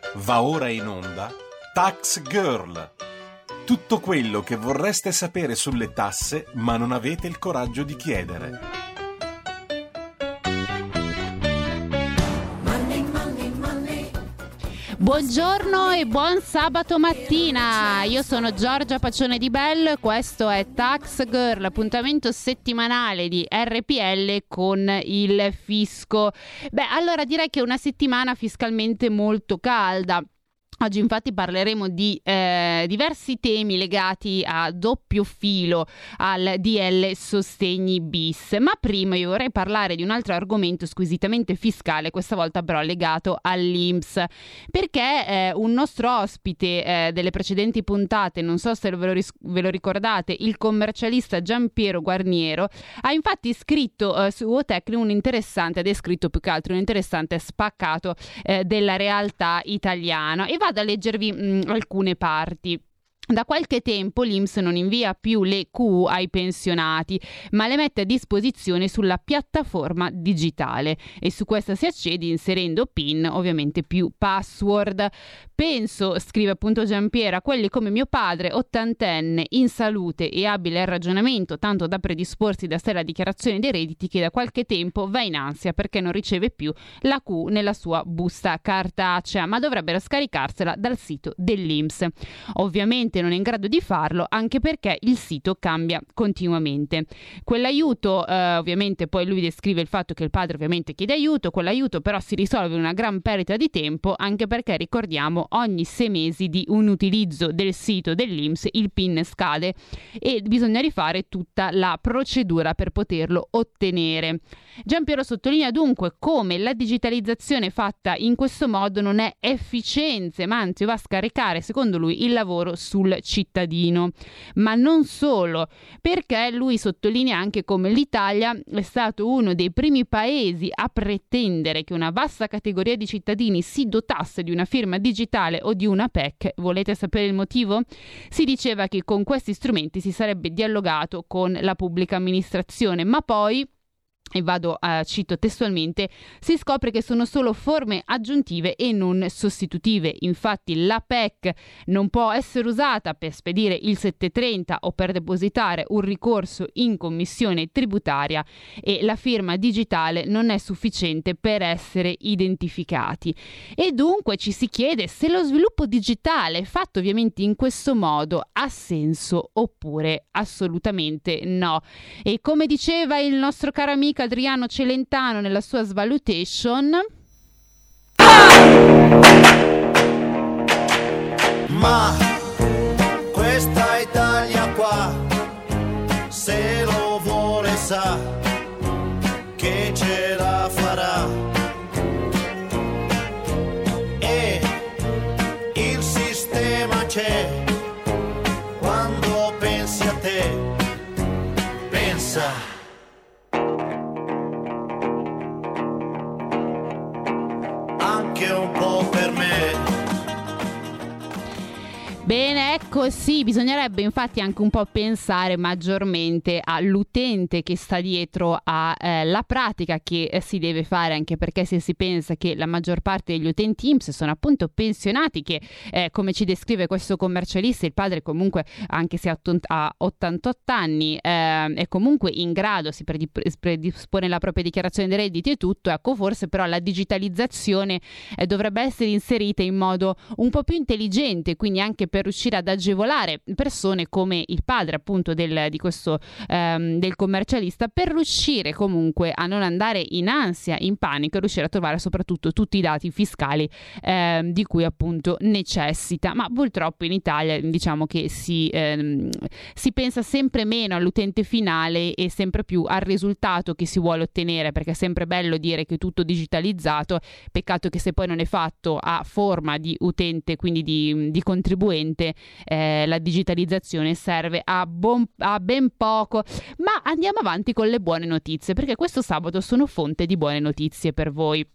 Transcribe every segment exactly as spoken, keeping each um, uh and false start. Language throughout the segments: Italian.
Va ora in onda Tax Girl. Tutto quello che vorreste sapere sulle tasse ma non avete il coraggio di chiedere. Buongiorno e buon sabato mattina, io sono Giorgia Pacione di Bello e questo è Tax Girl, l'appuntamento settimanale di R P L con il fisco. Beh, allora direi che è una settimana fiscalmente molto calda. Oggi infatti parleremo di eh, diversi temi legati a doppio filo al D L Sostegni bis, ma prima io vorrei parlare di un altro argomento squisitamente fiscale, questa volta però legato all'I N P S, perché eh, un nostro ospite eh, delle precedenti puntate, non so se ve lo, ris- ve lo ricordate, il commercialista Giampiero Guarniero, ha infatti scritto eh, su Uotecni un interessante, ha descritto più che altro un interessante spaccato eh, della realtà italiana, e vado a leggervi mh, alcune parti. Da qualche tempo l'I N P S non invia più le Q U ai pensionati, ma le mette a disposizione sulla piattaforma digitale e su questa si accede inserendo PIN, ovviamente più password. Penso, scrive appunto Giampiero, a quelli come mio padre, ottantenne, in salute e abile al ragionamento, tanto da predisporsi da sé la dichiarazione dei redditi, che da qualche tempo va in ansia perché non riceve più la Q nella sua busta cartacea, ma dovrebbero scaricarsela dal sito dell'I N P S. Ovviamente non è in grado di farlo, anche perché il sito cambia continuamente. Quell'aiuto, eh, ovviamente poi lui descrive il fatto che il padre ovviamente chiede aiuto, quell'aiuto però si risolve in una gran perdita di tempo, anche perché ricordiamo ogni sei mesi di un utilizzo del sito dell'I N P S il PIN scade e bisogna rifare tutta la procedura per poterlo ottenere. Giampiero sottolinea dunque come la digitalizzazione fatta in questo modo non è efficienza, ma anzi va a scaricare, secondo lui, il lavoro sul cittadino. Ma non solo, perché lui sottolinea anche come l'Italia è stato uno dei primi paesi a pretendere che una vasta categoria di cittadini si dotasse di una firma digitale o di una P E C. Volete sapere il motivo? Si diceva che con questi strumenti si sarebbe dialogato con la pubblica amministrazione, ma poi, e vado a uh, cito testualmente, si scopre che sono solo forme aggiuntive e non sostitutive. Infatti la P E C non può essere usata per spedire il settecentotrenta o per depositare un ricorso in commissione tributaria, e la firma digitale non è sufficiente per essere identificati. E dunque ci si chiede se lo sviluppo digitale fatto ovviamente in questo modo ha senso oppure assolutamente no. E come diceva il nostro caro amico Adriano Celentano nella sua Svalutation, ma questa Italia qua, se lo vuole sa che ce la farà, e il sistema c'è. Quando pensi a te, pensa anche un po' per me. Bene, ecco sì, bisognerebbe infatti anche un po' pensare maggiormente all'utente che sta dietro alla eh, pratica che eh, si deve fare, anche perché se si pensa che la maggior parte degli utenti I N P S sono appunto pensionati che, eh, come ci descrive questo commercialista, il padre comunque, anche se ha ottantotto anni, eh, è comunque in grado, si predispone la propria dichiarazione dei redditi e tutto, ecco forse però la digitalizzazione eh, dovrebbe essere inserita in modo un po' più intelligente, quindi anche per riuscire ad agevolare persone come il padre appunto del, di questo ehm, del commercialista, per riuscire comunque a non andare in ansia, in panico, e riuscire a trovare soprattutto tutti i dati fiscali ehm, di cui appunto necessita. Ma purtroppo in Italia diciamo che si, ehm, si pensa sempre meno all'utente finale e sempre più al risultato che si vuole ottenere, perché è sempre bello dire che è tutto digitalizzato, peccato che se poi non è fatto a forma di utente, quindi di, di contribuente, eh, la digitalizzazione serve a, bon, a ben poco. Ma andiamo avanti con le buone notizie, perché questo sabato sono fonte di buone notizie per voi.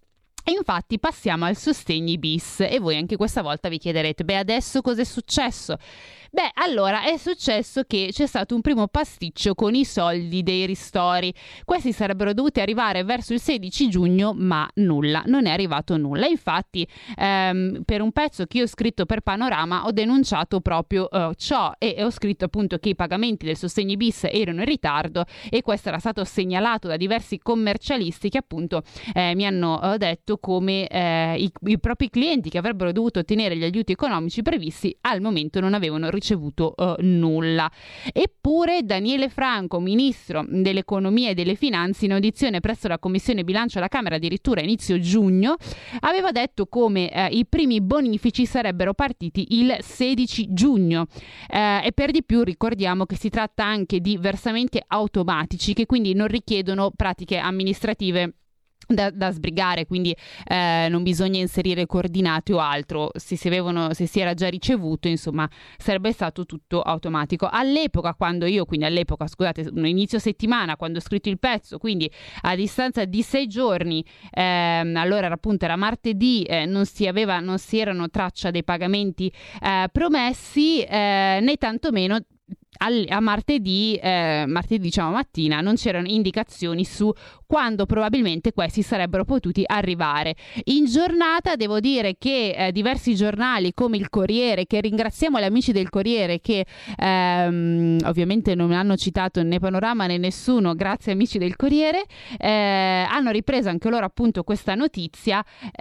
E infatti passiamo al sostegni bis e voi anche questa volta vi chiederete: beh, adesso cos'è successo? Beh, allora è successo che c'è stato un primo pasticcio con i soldi dei ristori. Questi sarebbero dovuti arrivare verso il sedici giugno, ma nulla, non è arrivato nulla. Infatti ehm, per un pezzo che io ho scritto per Panorama ho denunciato proprio uh, ciò e ho scritto appunto che i pagamenti del sostegni bis erano in ritardo, e questo era stato segnalato da diversi commercialisti che appunto eh, mi hanno uh, detto come eh, i, i propri clienti che avrebbero dovuto ottenere gli aiuti economici previsti al momento non avevano ricevuto Uh, nulla. Eppure Daniele Franco, ministro dell'economia e delle finanze, in audizione presso la commissione bilancio alla Camera addirittura a inizio giugno, aveva detto come uh, i primi bonifici sarebbero partiti il sedici giugno uh, e per di più ricordiamo che si tratta anche di versamenti automatici che quindi non richiedono pratiche amministrative Da, da sbrigare, quindi eh, non bisogna inserire coordinate o altro. Se si avevano, se si era già ricevuto, insomma, sarebbe stato tutto automatico. All'epoca, quando io, quindi all'epoca, scusate, inizio settimana, quando ho scritto il pezzo, quindi a distanza di sei giorni, ehm, allora appunto era martedì, eh, non si aveva, non si erano traccia dei pagamenti eh, promessi, eh, né tantomeno a martedì, eh, martedì diciamo mattina, non c'erano indicazioni su quando probabilmente questi sarebbero potuti arrivare. In giornata devo dire che eh, diversi giornali come il Corriere, che ringraziamo gli amici del Corriere che ehm, ovviamente non hanno citato né Panorama né nessuno, grazie amici del Corriere, eh, hanno ripreso anche loro appunto questa notizia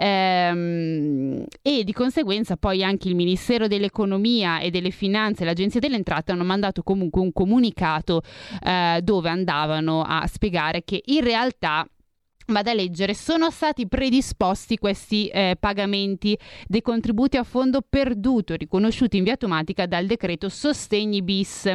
ehm, e di conseguenza poi anche il Ministero dell'Economia e delle Finanze e l'Agenzia delle Entrate hanno mandato comunque un comunicato eh, dove andavano a spiegare che in realtà, vado a leggere, sono stati predisposti questi eh, pagamenti dei contributi a fondo perduto riconosciuti in via automatica dal decreto sostegni bis.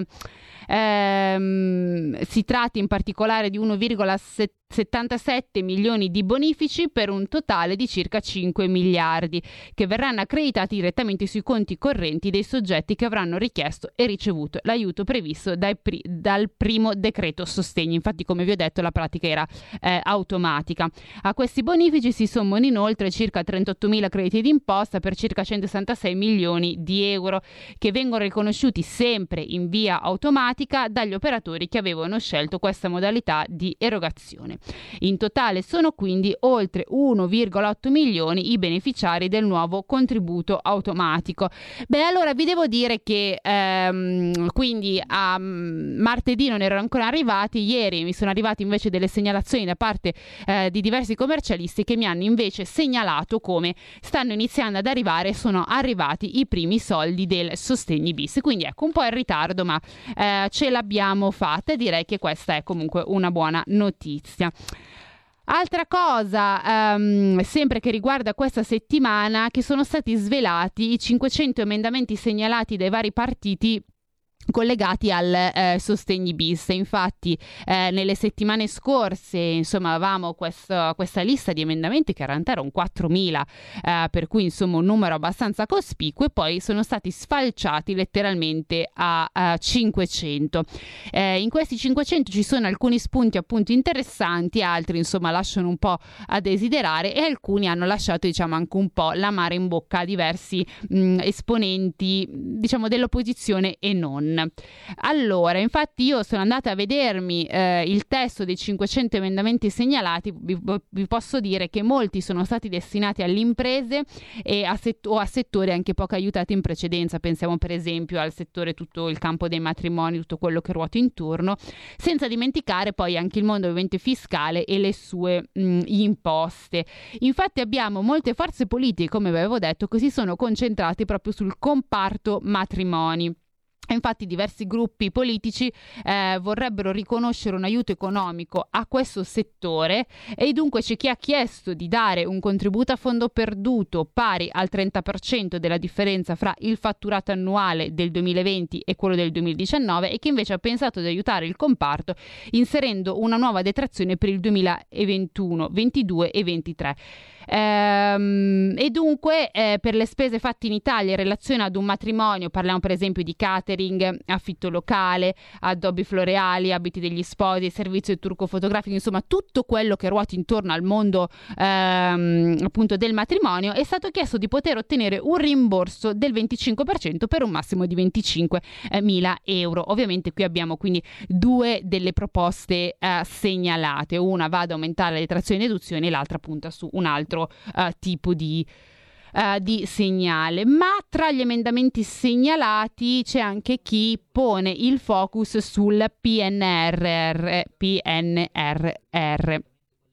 Ehm, si tratta in particolare di uno virgola settantasette milioni di bonifici per un totale di circa cinque miliardi che verranno accreditati direttamente sui conti correnti dei soggetti che avranno richiesto e ricevuto l'aiuto previsto dai pri- dal primo decreto sostegni. Infatti, come vi ho detto, la pratica era eh, automatica. A questi bonifici si sommano inoltre circa trentottomila crediti d'imposta per circa centosessantasei milioni di euro che vengono riconosciuti sempre in via automatica dagli operatori che avevano scelto questa modalità di erogazione. In totale sono quindi oltre uno virgola otto milioni i beneficiari del nuovo contributo automatico. Beh, allora vi devo dire che ehm, quindi a um, martedì non erano ancora arrivati, ieri mi sono arrivati invece delle segnalazioni da parte eh, di diversi commercialisti che mi hanno invece segnalato come stanno iniziando ad arrivare, sono arrivati i primi soldi del sostegni bis, quindi ecco un po' in ritardo ma eh, ce l'abbiamo fatta e direi che questa è comunque una buona notizia. Altra cosa, um, sempre che riguarda questa settimana, che sono stati svelati i cinquecento emendamenti segnalati dai vari partiti collegati al eh, sostegni bis. Infatti eh, nelle settimane scorse insomma avevamo questo, questa lista di emendamenti che in realtà erano quattromila, eh, per cui insomma un numero abbastanza cospicuo, e poi sono stati sfalciati letteralmente a, a cinquecento. Eh, in questi cinquecento ci sono alcuni spunti appunto interessanti, altri insomma lasciano un po' a desiderare e alcuni hanno lasciato diciamo anche un po' l'amaro in bocca a diversi mh, esponenti diciamo dell'opposizione e non. Allora, infatti io sono andata a vedermi eh, il testo dei cinquecento emendamenti segnalati, vi, vi posso dire che molti sono stati destinati alle imprese e a set- o a settori anche poco aiutati in precedenza. Pensiamo per esempio al settore, tutto il campo dei matrimoni, tutto quello che ruota intorno, senza dimenticare poi anche il mondo ovviamente fiscale e le sue mh, imposte. Infatti abbiamo molte forze politiche, come vi avevo detto, che si sono concentrati proprio sul comparto matrimoni. Infatti diversi gruppi politici eh, vorrebbero riconoscere un aiuto economico a questo settore e dunque c'è chi ha chiesto di dare un contributo a fondo perduto pari al trenta per cento della differenza fra il fatturato annuale del duemilaventi e quello del duemiladiciannove, e che invece ha pensato di aiutare il comparto inserendo una nuova detrazione per il duemilaventuno, ventidue e ventitré. Ehm, e dunque eh, per le spese fatte in Italia in relazione ad un matrimonio, parliamo per esempio di catering, affitto locale, addobbi floreali, abiti degli sposi, servizio turco fotografico, insomma tutto quello che ruota intorno al mondo ehm, appunto del matrimonio, è stato chiesto di poter ottenere un rimborso del venticinque per cento per un massimo di venticinquemila euro. Ovviamente qui abbiamo quindi due delle proposte eh, segnalate, una va ad aumentare le detrazioni e deduzioni e l'altra punta su un altro eh, tipo di Uh, di segnale. Ma tra gli emendamenti segnalati c'è anche chi pone il focus sul P N R R, P N R R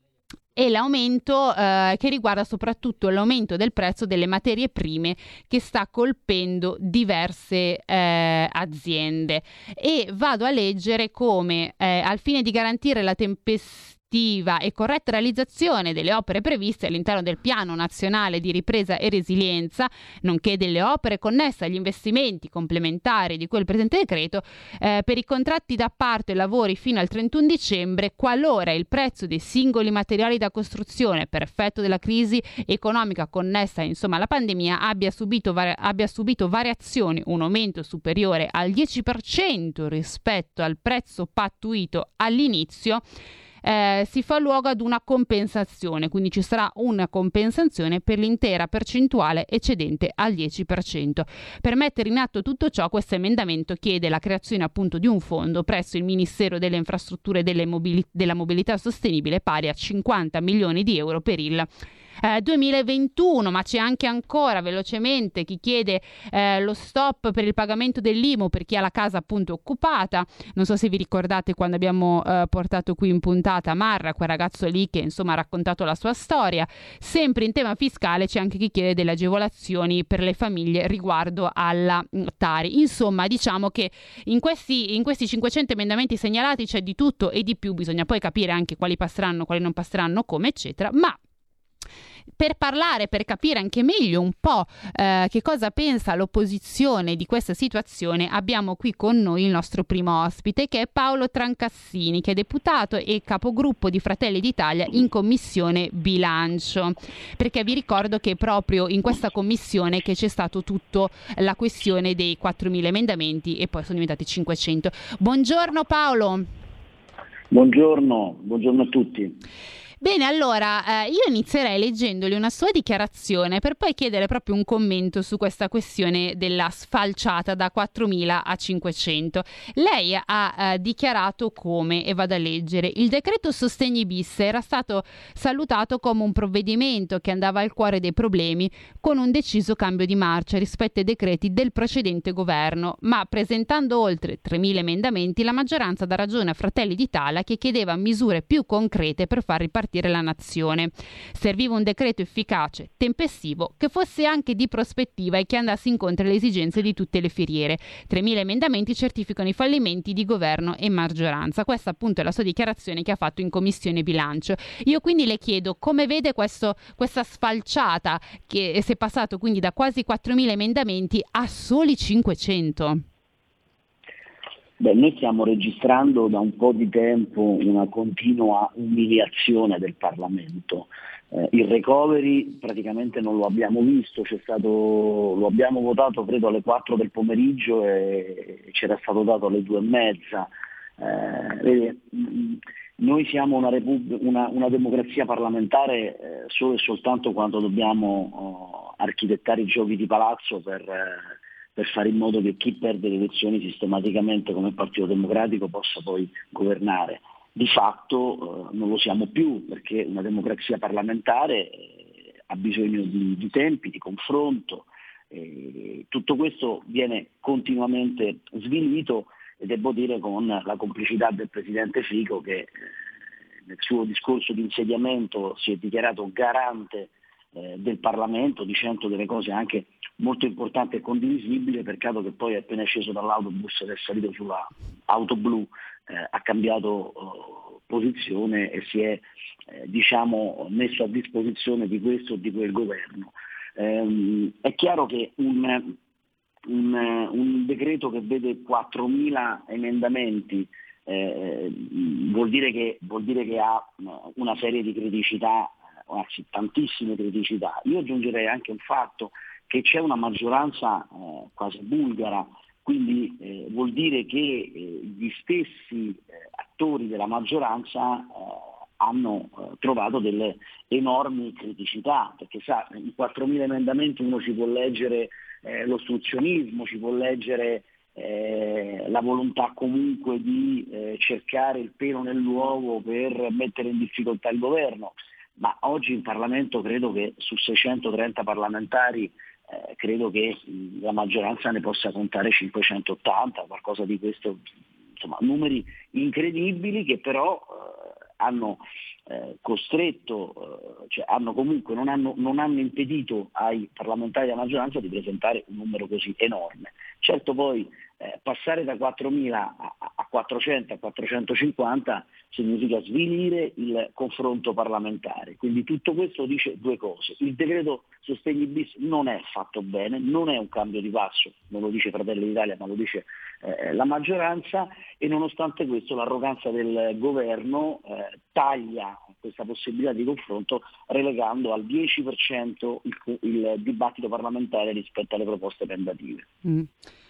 e l'aumento eh, che riguarda soprattutto l'aumento del prezzo delle materie prime che sta colpendo diverse eh, aziende. E vado a leggere come eh, al fine di garantire la tempestività e corretta realizzazione delle opere previste all'interno del Piano Nazionale di Ripresa e Resilienza, nonché delle opere connesse agli investimenti complementari di quel presente decreto, eh, per i contratti d'appalto e lavori fino al trentuno dicembre, qualora il prezzo dei singoli materiali da costruzione per effetto della crisi economica connessa insomma alla pandemia abbia subito, vari- abbia subito variazioni, un aumento superiore al dieci per cento rispetto al prezzo pattuito all'inizio, Eh, si fa luogo ad una compensazione, quindi ci sarà una compensazione per l'intera percentuale eccedente al dieci per cento. Per mettere in atto tutto ciò, questo emendamento chiede la creazione appunto di un fondo presso il Ministero delle Infrastrutture e delle mobili- della Mobilità Sostenibile pari a cinquanta milioni di euro per il Eh, duemilaventuno, ma c'è anche ancora velocemente chi chiede eh, lo stop per il pagamento dell'I M U per chi ha la casa appunto occupata. Non so se vi ricordate quando abbiamo eh, portato qui in puntata Marra, quel ragazzo lì che insomma ha raccontato la sua storia. Sempre in tema fiscale c'è anche chi chiede delle agevolazioni per le famiglie riguardo alla mh, Tari. Insomma, diciamo che in questi, in questi cinquecento emendamenti segnalati c'è di tutto e di più, bisogna poi capire anche quali passeranno, quali non passeranno, come eccetera, ma per parlare, per capire anche meglio un po' eh, che cosa pensa l'opposizione di questa situazione, abbiamo qui con noi il nostro primo ospite, che è Paolo Trancassini, che è deputato e capogruppo di Fratelli d'Italia in Commissione Bilancio, perché vi ricordo che è proprio in questa commissione che c'è stato tutto la questione dei quattromila emendamenti e poi sono diventati cinquecento. Buongiorno Paolo. Buongiorno, buongiorno a tutti. Bene, allora eh, io inizierei leggendoli una sua dichiarazione per poi chiedere proprio un commento su questa questione della sfalciata da quattromila a cinquecento. Lei ha eh, dichiarato come, e vado a leggere, il decreto sostegni bis era stato salutato come un provvedimento che andava al cuore dei problemi con un deciso cambio di marcia rispetto ai decreti del precedente governo, ma presentando oltre tremila emendamenti la maggioranza dà ragione a Fratelli d'Italia che chiedeva misure più concrete per far ripartire la nazione. Serviva un decreto efficace, tempestivo, che fosse anche di prospettiva e che andasse incontro alle esigenze di tutte le filiere. tremila emendamenti certificano i fallimenti di governo e maggioranza. Questa appunto è la sua dichiarazione che ha fatto in Commissione Bilancio. Io quindi le chiedo come vede questo, questa sfalciata che si è passato quindi da quasi quattromila emendamenti a soli cinquecento. Beh, noi stiamo registrando da un po' di tempo una continua umiliazione del Parlamento. Eh, il recovery praticamente non lo abbiamo visto, c'è stato, lo abbiamo votato credo alle quattro del pomeriggio e c'era stato dato alle due e mezza. Eh, vede, noi siamo una, repub- una, una democrazia parlamentare eh, solo e soltanto quando dobbiamo oh, architettare i giochi di palazzo per... Eh, per fare in modo che chi perde le elezioni sistematicamente come il Partito Democratico possa poi governare. Di fatto eh, non lo siamo più, perché una democrazia parlamentare eh, ha bisogno di, di tempi, di confronto, eh, tutto questo viene continuamente svilito e devo dire con la complicità del Presidente Fico che eh, nel suo discorso di insediamento si è dichiarato garante eh, del Parlamento, dicendo delle cose anche molto importante e condivisibile. Peccato che poi appena sceso dall'autobus ed è salito sulla auto blu eh, ha cambiato eh, posizione e si è eh, diciamo messo a disposizione di questo o di quel governo. Eh, è chiaro che un, un, un decreto che vede quattromila emendamenti eh, vuol dire che, vuol dire che ha una serie di criticità anzi tantissime criticità. Io aggiungerei anche un fatto che c'è una maggioranza eh, quasi bulgara, quindi eh, vuol dire che eh, gli stessi eh, attori della maggioranza eh, hanno eh, trovato delle enormi criticità, perché sa, in quattromila emendamenti uno ci può leggere eh, l'ostruzionismo, ci può leggere eh, la volontà comunque di eh, cercare il pelo nell'uovo per mettere in difficoltà il governo, ma oggi in Parlamento credo che su seicentotrenta parlamentari Eh, credo che mh, la maggioranza ne possa contare cinquecentottanta, qualcosa di questo, insomma numeri incredibili che però eh, hanno eh, costretto, eh, cioè hanno comunque non hanno, non hanno impedito ai parlamentari della maggioranza di presentare un numero così enorme. Certo poi eh, passare da quattromila a, a quattrocento a quattrocentocinquanta significa svilire il confronto parlamentare, quindi tutto questo dice due cose: il decreto sostegni bis non è fatto bene, non è un cambio di passo, non lo dice Fratelli d'Italia ma lo dice eh, la maggioranza, e nonostante questo l'arroganza del governo eh, taglia questa possibilità di confronto relegando al dieci per cento il, il dibattito parlamentare rispetto alle proposte emendative. Mm.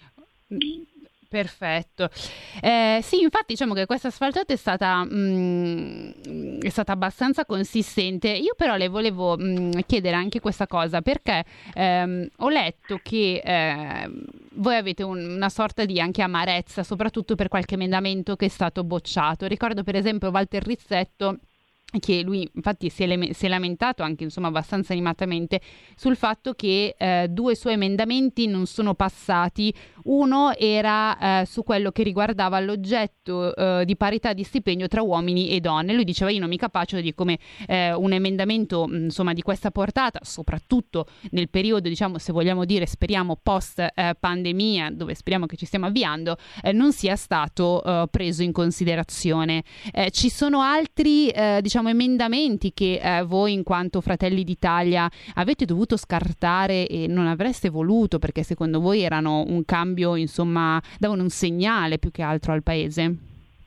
Perfetto. Eh, sì, infatti diciamo che questa asfaltata è stata, mh, è stata abbastanza consistente. Io però le volevo mh, chiedere anche questa cosa, perché ehm, ho letto che eh, voi avete un, una sorta di anche amarezza, soprattutto per qualche emendamento che è stato bocciato. Ricordo per esempio Walter Rizzetto, che lui infatti si è, le- si è lamentato anche insomma abbastanza animatamente sul fatto che eh, due suoi emendamenti non sono passati. Uno era eh, su quello che riguardava l'oggetto eh, di parità di stipendio tra uomini e donne. Lui diceva: io non mi capacito di come eh, un emendamento mh, insomma di questa portata, soprattutto nel periodo, diciamo, se vogliamo dire, speriamo post eh, pandemia, dove speriamo che ci stiamo avviando, eh, non sia stato eh, preso in considerazione. Eh, ci sono altri eh, diciamo emendamenti che eh, voi in quanto Fratelli d'Italia avete dovuto scartare e non avreste voluto perché secondo voi erano un cambio, insomma, davano un segnale più che altro al paese?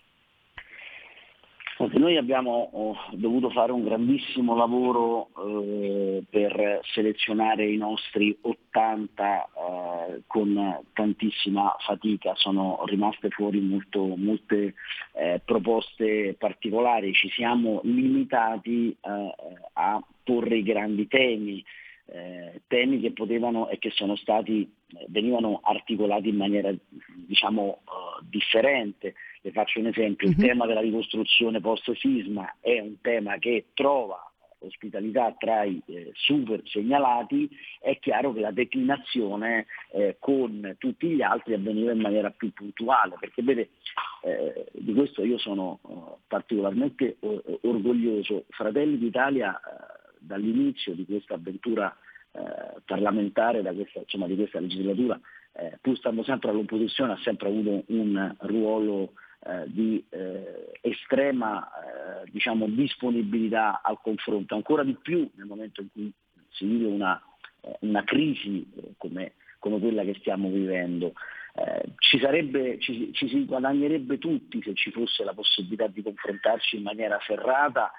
Noi abbiamo oh, dovuto fare un grandissimo lavoro eh, per selezionare i nostri ottanta eh, con tantissima fatica. Sono rimaste fuori molto, molte eh, proposte particolari, ci siamo limitati eh, a porre i grandi temi, eh, temi che potevano e che sono stati, eh, venivano articolati in maniera diciamo eh, differente. Le faccio un esempio: il uh-huh. tema della ricostruzione post-sisma è un tema che trova ospitalità tra i eh, super segnalati. È chiaro che la declinazione eh, con tutti gli altri avveniva in maniera più puntuale, perché vede, eh, di questo io sono eh, particolarmente o- orgoglioso. Fratelli d'Italia eh, dall'inizio di questa avventura eh, parlamentare, da questa, insomma, di questa legislatura, eh, pur stando sempre all'opposizione, ha sempre avuto un ruolo Eh, di eh, estrema eh, diciamo disponibilità al confronto, ancora di più nel momento in cui si vive una, eh, una crisi eh, come, come quella che stiamo vivendo. Eh, ci sarebbe, ci, ci si guadagnerebbe tutti se ci fosse la possibilità di confrontarci in maniera serrata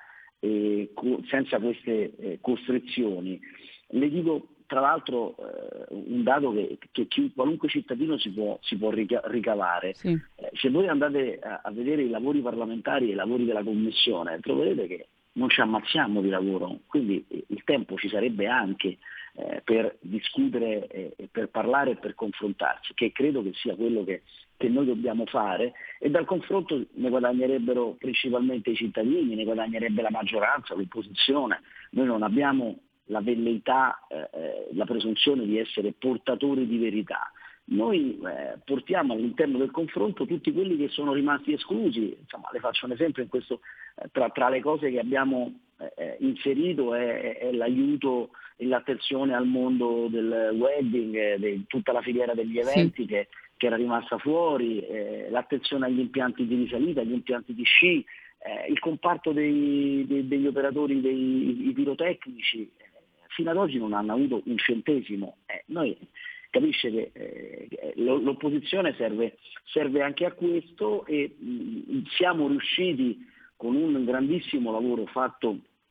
e co- senza queste eh, costrizioni. Le dico tra l'altro eh, un dato che, che chi, qualunque cittadino si può, si può rica- ricavare. Sì. Eh, se voi andate a, a vedere i lavori parlamentari e i lavori della Commissione, troverete che non ci ammazziamo di lavoro, quindi eh, il tempo ci sarebbe anche eh, per discutere e eh, per parlare e per confrontarci, che credo che sia quello che, che noi dobbiamo fare, e dal confronto ne guadagnerebbero principalmente i cittadini, ne guadagnerebbe la maggioranza, l'opposizione. Noi non abbiamo la velleità, eh, la presunzione di essere portatori di verità. Noi eh, portiamo all'interno del confronto tutti quelli che sono rimasti esclusi. Insomma, le faccio un esempio in questo, eh, tra, tra le cose che abbiamo eh, inserito è, è l'aiuto e l'attenzione al mondo del wedding, eh, di tutta la filiera degli eventi, sì, che, che era rimasta fuori, eh, l'attenzione agli impianti di risalita, agli impianti di sci, eh, il comparto dei, dei, degli operatori, dei i pirotecnici. Fino ad oggi non hanno avuto un centesimo. Eh, noi capisce che eh, l'opposizione serve, serve anche a questo, e mh, siamo riusciti con un grandissimo lavoro fatto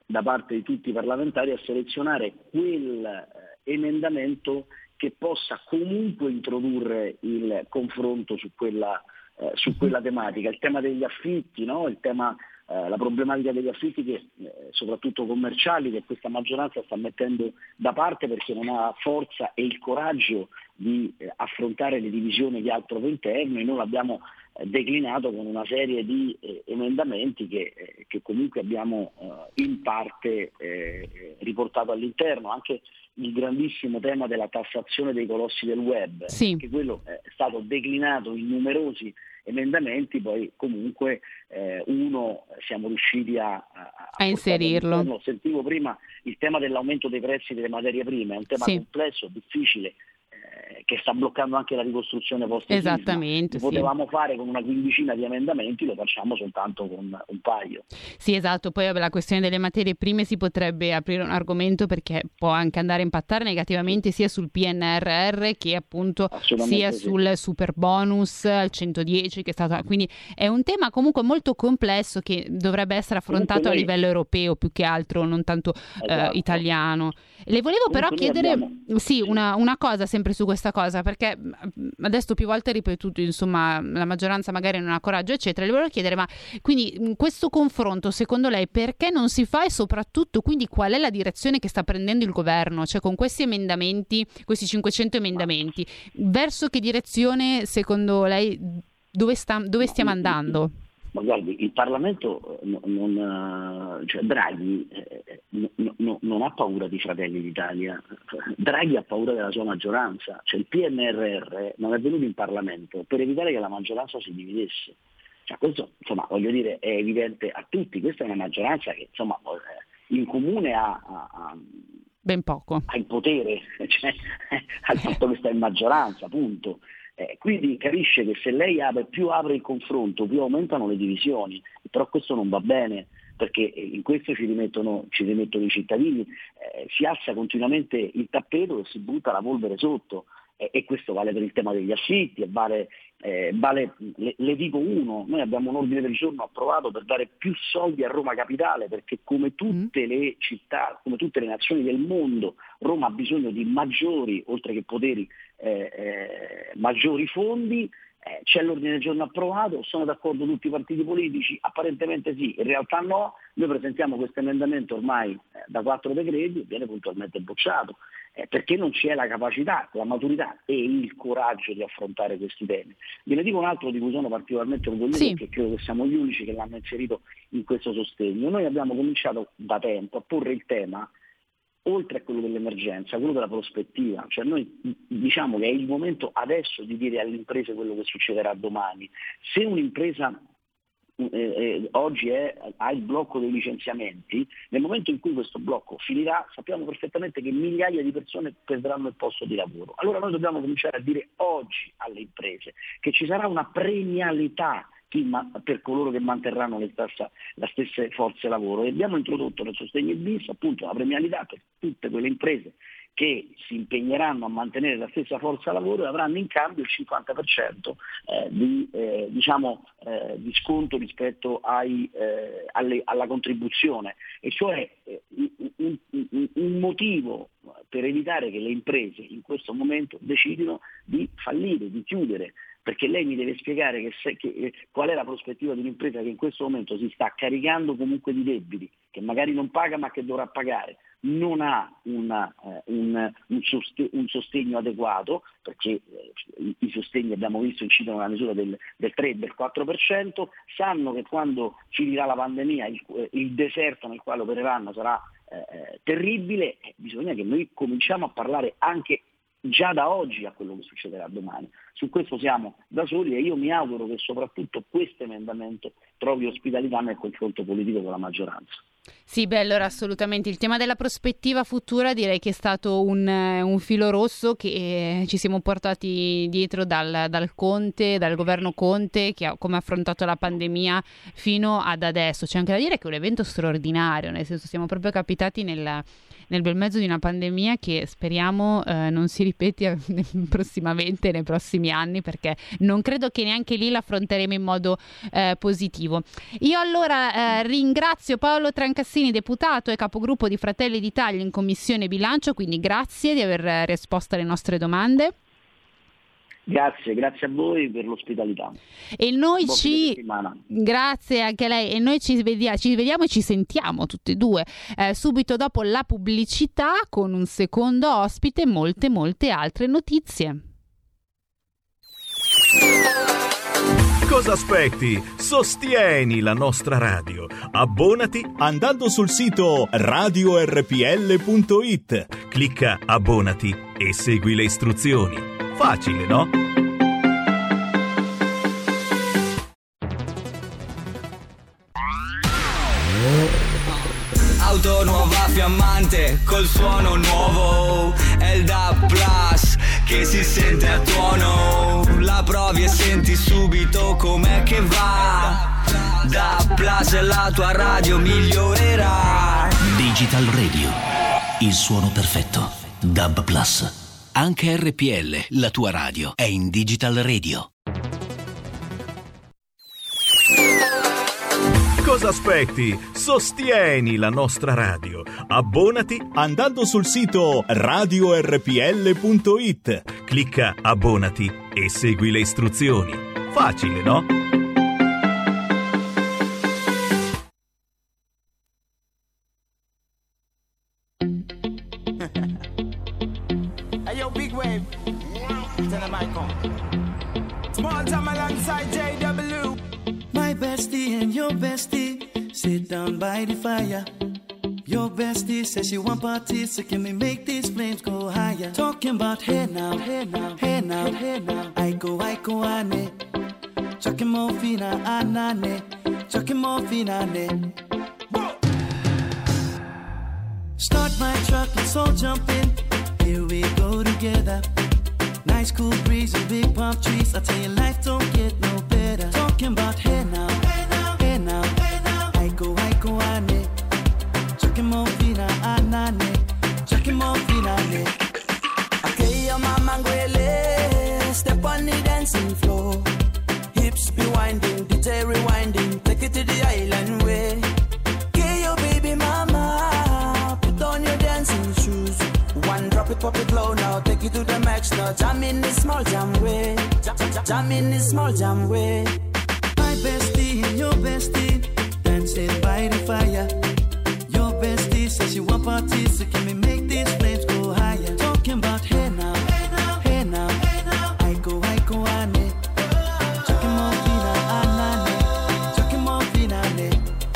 da parte di tutti i parlamentari a selezionare quel eh, emendamento che possa comunque introdurre il confronto su quella, eh, su quella tematica, il tema degli affitti, no? il tema, eh, la problematica degli affitti che, eh, soprattutto commerciali, che questa maggioranza sta mettendo da parte perché non ha forza e il coraggio di eh, affrontare le divisioni di altro interno, e noi l'abbiamo eh, declinato con una serie di eh, emendamenti che, eh, che comunque abbiamo eh, in parte eh, riportato all'interno, anche il grandissimo tema della tassazione dei colossi del web, sì. che quello è stato declinato in numerosi emendamenti, poi comunque eh, uno siamo riusciti a, a, a inserirlo. Sentivo prima il tema dell'aumento dei prezzi delle materie prime, è un tema sì. complesso, difficile, eh, che sta bloccando anche la ricostruzione post-sisma. Esattamente. Lo potevamo sì. fare con una quindicina di emendamenti, lo facciamo soltanto con un paio. Sì, esatto. Poi vabbè, la questione delle materie prime si potrebbe aprire un argomento, perché può anche andare a impattare negativamente sia sul P N R R che appunto sia sì. sul super bonus al centodieci che è stato, quindi è un tema comunque molto complesso che dovrebbe essere affrontato noi... a livello europeo più che altro, non tanto esatto. eh, italiano. Le volevo comunque però chiedere abbiamo... sì, una, una cosa sempre su questa cosa, perché adesso più volte ripetuto, insomma, la maggioranza magari non ha coraggio eccetera. Le volevo chiedere, ma quindi questo confronto secondo lei perché non si fa, e soprattutto quindi qual è la direzione che sta prendendo il governo, cioè con questi emendamenti, questi cinquecento emendamenti, verso che direzione secondo lei, dove, sta, dove stiamo andando? Ma guardi, il Parlamento non, cioè Draghi eh, no, no, non ha paura di Fratelli d'Italia, Draghi ha paura della sua maggioranza, cioè il P N R R non è venuto in Parlamento per evitare che la maggioranza si dividesse. Cioè, questo insomma voglio dire è evidente a tutti, questa è una maggioranza che insomma in comune ha, ha, ha ben poco, ha il potere, cioè, ha il fatto che sta in maggioranza, punto. Eh, quindi capisce che se lei apre, più apre il confronto, più aumentano le divisioni, però questo non va bene, perché in questo ci rimettono, ci rimettono i cittadini, eh, si alza continuamente il tappeto e si butta la polvere sotto, eh, e questo vale per il tema degli affitti, e vale, eh, vale le, le dico uno, noi abbiamo un ordine del giorno approvato per dare più soldi a Roma Capitale, perché come tutte le città, come tutte le nazioni del mondo, Roma ha bisogno di maggiori, oltre che poteri, eh, eh, maggiori fondi. Eh, c'è l'ordine del giorno approvato, sono d'accordo tutti i partiti politici? Apparentemente sì, in realtà no. Noi presentiamo questo emendamento ormai eh, da quattro decreti, viene puntualmente bocciato, eh, perché non c'è la capacità, la maturità e il coraggio di affrontare questi temi. Ve ne dico un altro di cui sono particolarmente orgoglioso, sì. perché credo che siamo gli unici che l'hanno inserito in questo sostegno. Noi abbiamo cominciato da tempo a porre il tema, oltre a quello dell'emergenza, quello della prospettiva, cioè noi diciamo che è il momento adesso di dire alle imprese quello che succederà domani. Se un'impresa eh, eh, oggi è, ha il blocco dei licenziamenti, nel momento in cui questo blocco finirà sappiamo perfettamente che migliaia di persone perderanno il posto di lavoro. Allora noi dobbiamo cominciare a dire oggi alle imprese che ci sarà una premialità per coloro che manterranno le stessa, la stesse forze lavoro, e abbiamo introdotto nel sostegno bis appunto una premialità per tutte quelle imprese che si impegneranno a mantenere la stessa forza lavoro e avranno in cambio il cinquanta per cento eh, di, eh, diciamo, eh, di sconto rispetto ai, eh, alle, alla contribuzione, e cioè eh, un, un, un motivo per evitare che le imprese in questo momento decidino di fallire, di chiudere. Perché lei mi deve spiegare che se, che, qual è la prospettiva di un'impresa che in questo momento si sta caricando comunque di debiti, che magari non paga ma che dovrà pagare, non ha una, eh, un, un, sostegno, un sostegno adeguato, perché eh, i sostegni abbiamo visto incidono nella misura del, del tre, del quattro per cento, sanno che quando finirà la pandemia il, il deserto nel quale opereranno sarà eh, terribile, eh, bisogna che noi cominciamo a parlare anche già da oggi a quello che succederà domani. Su questo siamo da soli e io mi auguro che soprattutto questo emendamento trovi ospitalità nel confronto politico con la maggioranza. Sì, beh, allora assolutamente il tema della prospettiva futura direi che è stato un, un filo rosso che ci siamo portati dietro dal, dal Conte, dal governo Conte, che ha come ha affrontato la pandemia fino ad adesso. C'è anche da dire che è un evento straordinario, nel senso siamo proprio capitati nel, nel bel mezzo di una pandemia che speriamo eh, non si ripeti prossimamente nei prossimi anni, perché non credo che neanche lì l'affronteremo in modo eh, positivo. Io allora eh, ringrazio Paolo Troncato Cassini, deputato e capogruppo di Fratelli d'Italia in Commissione Bilancio, quindi grazie di aver risposto alle nostre domande. Grazie, grazie a voi per l'ospitalità. E noi Buon ci grazie anche a lei, e noi ci vediamo, ci vediamo e ci sentiamo tutti e due eh, subito dopo la pubblicità con un secondo ospite e molte molte altre notizie. Cosa aspetti? Sostieni la nostra radio. Abbonati andando sul sito radio erre pi elle punto it. Clicca abbonati e segui le istruzioni. Facile, no? Auto nuova fiammante col suono nuovo, è il D A B Plus che si sente a tuono. La provi e senti subito com'è che va. D A B Plus e la tua radio migliorerà. Digital Radio, il suono perfetto. D A B Plus. Anche erre pi elle, la tua radio, è in Digital Radio. Cosa aspetti? Sostieni la nostra radio. Abbonati andando sul sito radio erre pi elle punto it. Clicca abbonati e segui le istruzioni. Facile, no? Yo, big wave. Tell them I come. Small time alongside J W. My bestie and your bestie sit down by the fire. Your bestie says she want parties, so can we make these flames go higher? Talking about hey now, hey now, hey now, hey now. I go, I go, ane. Chucking more fina, anane. Chucking more fina, ne. Start my truck, let's all jump in. Here we go together. Nice cool breeze and big palm trees. I tell you, life don't get no better. Talking about hey now, hey now, hey now, hey now. I go, I go, ane. Chucking more fina, anane. Chucking more fina, ne. Okay, your mama ngwele. Step on the dancing floor. Hips be winding, D J rewinding. Take it to the island way. Okay, your baby mama. Put on your dancing shoes. One drop it, pop it low now, take it to the max now. Jam in this small jam way, jam, jam, jam in this small jam way. My bestie and your bestie dancing by the fire. Your bestie says she want parties, so can we make these flames go higher? Talking about hey now, hey now, hey now, hey now. I go, I go, ane. Chucking more fina, anane. Chucking more fina, ne.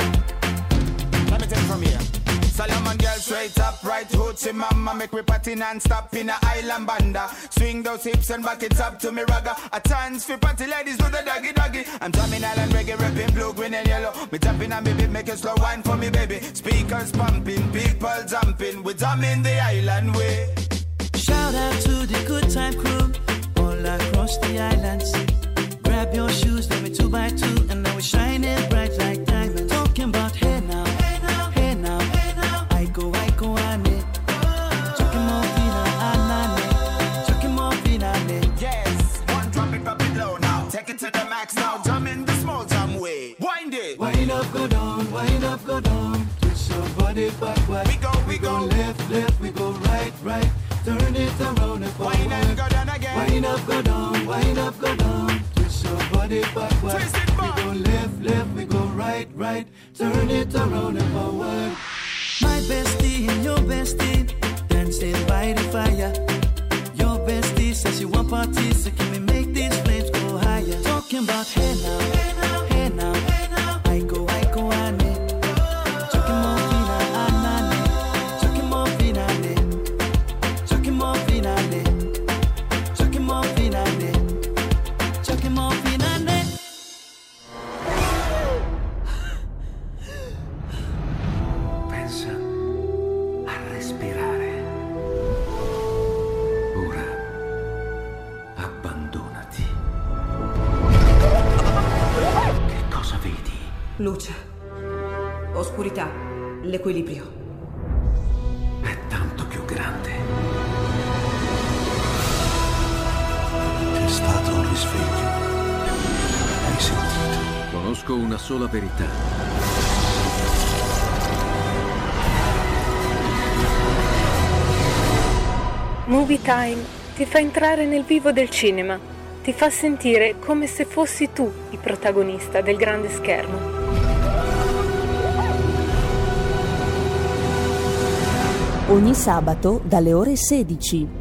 Let me take it from here. Solomon girl straight up, right hoochie mama. Make me party non-stop in a island banda. Swing those hips and back it up to me ragga. A chance for party ladies do the doggy doggy. I'm drumming island reggae, rapping blue, green and yellow. Me jumping on me beat, make a slow wine for me baby. Speakers pumping, people jumping. We drumming the island way. Shout out to the good time crew all across the islands. Grab your shoes, let me two by two, and now we're shining bright like diamonds. Talking about hey now, hey now, hey now, hey now. I go, I go, ane. Chucking more fina, anane. Chucking more fina, ne. Yes, one drop it, drop it low now. Take it to the max now. Jump in the small jam way. Wind it. Wind up, go down, wind up, go down. Twist your body backward. We go, we, we go, go left, left, we go right, right. Turn it around and forward. Wind up, go down again. Wind up, go down, wind up, go down. Twist your body backward. Twist it back. We go left, left, we go right, right. Turn it around and forward. My bestie and your bestie dancing by the fire. Your bestie says she want parties, so can we make these flames go higher? Talking about hey now, hey now, hey now, hey now. I go, I go, ane. Chucking more fina, anane. Chucking more fina, ne. Chucking more fina, ne. Chucking more fina, ne. Chucking more fina, ne. Pensa a respirare. Ora abbandonati. Che cosa vedi? Luce, oscurità, l'equilibrio. È tanto più grande. È stato un risveglio. Hai sentito? Conosco una sola verità. Movie Time ti fa entrare nel vivo del cinema, ti fa sentire come se fossi tu il protagonista del grande schermo. Ogni sabato dalle ore sedici.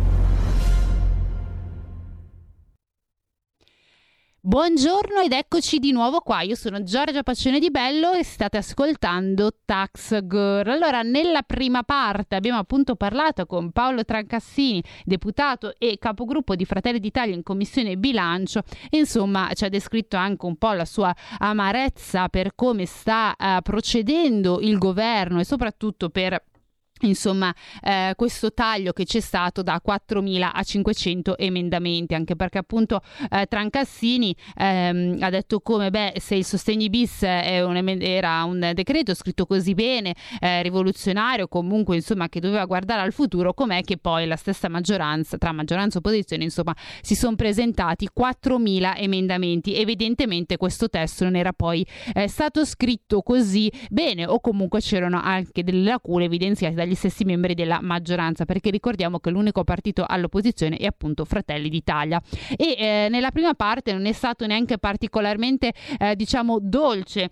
Buongiorno ed eccoci di nuovo qua, io sono Giorgia Paccione di Bello e state ascoltando Tax Girl. Allora, nella prima parte abbiamo appunto parlato con Paolo Trancassini, deputato e capogruppo di Fratelli d'Italia in Commissione Bilancio, e insomma ci ha descritto anche un po' la sua amarezza per come sta uh, procedendo il governo e soprattutto per insomma eh, questo taglio che c'è stato da quattromila a cinquecento emendamenti, anche perché appunto eh, Trancassini ehm, ha detto come beh se il sostegni bis è un, era un decreto scritto così bene, eh, rivoluzionario, comunque insomma che doveva guardare al futuro, com'è che poi la stessa maggioranza, tra maggioranza e opposizione insomma, si sono presentati quattromila emendamenti. Evidentemente questo testo non era poi eh, stato scritto così bene, o comunque c'erano anche delle lacune evidenziate dagli stessi membri della maggioranza, perché ricordiamo che l'unico partito all'opposizione è appunto Fratelli d'Italia, e eh, nella prima parte non è stato neanche particolarmente eh, diciamo dolce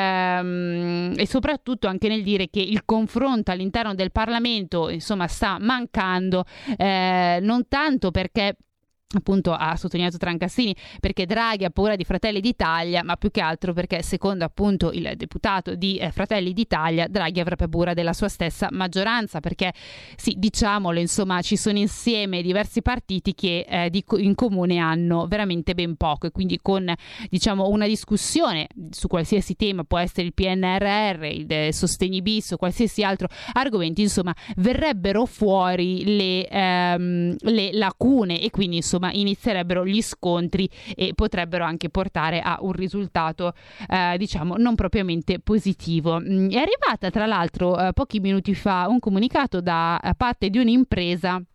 ehm, e soprattutto anche nel dire che il confronto all'interno del Parlamento insomma sta mancando, eh, non tanto perché appunto ha sottolineato Trancassini perché Draghi ha paura di Fratelli d'Italia, ma più che altro perché secondo appunto il deputato di eh, Fratelli d'Italia Draghi avrebbe paura della sua stessa maggioranza, perché sì, diciamolo, insomma ci sono insieme diversi partiti che eh, di, in comune hanno veramente ben poco, e quindi con diciamo una discussione su qualsiasi tema, può essere il P N R R, il eh, sostegni bis o qualsiasi altro argomento, insomma verrebbero fuori le, ehm, le lacune, e quindi insomma inizierebbero gli scontri e potrebbero anche portare a un risultato eh, diciamo non propriamente positivo. È arrivata tra l'altro eh, pochi minuti fa un comunicato da parte di un'impresa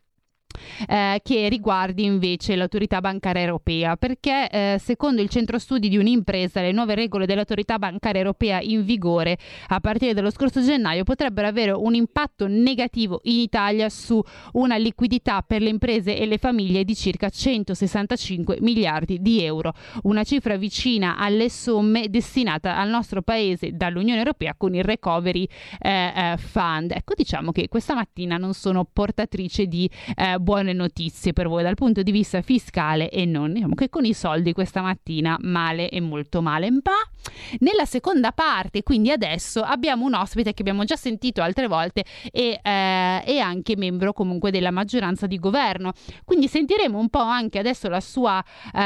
Eh, che riguardi invece l'autorità bancaria europea, perché eh, secondo il centro studi di un'impresa le nuove regole dell'autorità bancaria europea in vigore a partire dallo scorso gennaio potrebbero avere un impatto negativo in Italia su una liquidità per le imprese e le famiglie di circa centosessantacinque miliardi di euro, una cifra vicina alle somme destinate al nostro paese dall'Unione Europea con il Recovery eh, eh, Fund. Ecco, diciamo che questa mattina non sono portatrice di eh, buone notizie per voi dal punto di vista fiscale, e non, diciamo che con i soldi questa mattina male e molto male. Ma nella seconda parte, quindi adesso, abbiamo un ospite che abbiamo già sentito altre volte e eh, è anche membro comunque della maggioranza di governo, quindi sentiremo un po' anche adesso la sua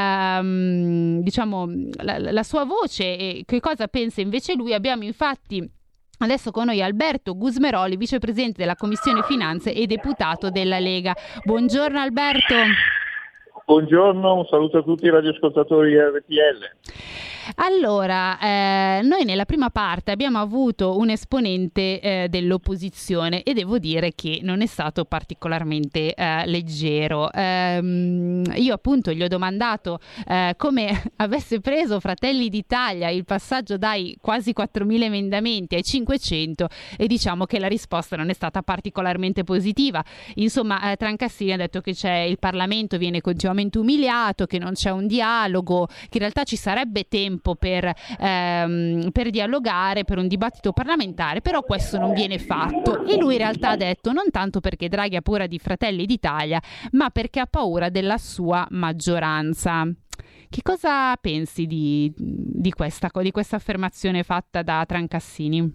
ehm, diciamo la, la sua voce e che cosa pensa invece lui. Abbiamo infatti adesso con noi Alberto Gusmeroli, vicepresidente della Commissione Finanze e deputato della Lega. Buongiorno Alberto. Buongiorno, un saluto a tutti i radioascoltatori di R P L. Allora, eh, noi nella prima parte abbiamo avuto un esponente eh, dell'opposizione e devo dire che non è stato particolarmente eh, leggero. Ehm, io appunto gli ho domandato eh, come avesse preso Fratelli d'Italia il passaggio dai quasi quattromila emendamenti ai cinquecento, e diciamo che la risposta non è stata particolarmente positiva. Insomma, eh, Trancassini ha detto che c'è il Parlamento viene continuamente umiliato, che non c'è un dialogo, che in realtà ci sarebbe tempo per, ehm, per dialogare, per un dibattito parlamentare, però questo non viene fatto. E lui in realtà ha detto non tanto perché Draghi ha paura di Fratelli d'Italia, ma perché ha paura della sua maggioranza. Che cosa pensi di, di questa, di questa affermazione fatta da Trancassini?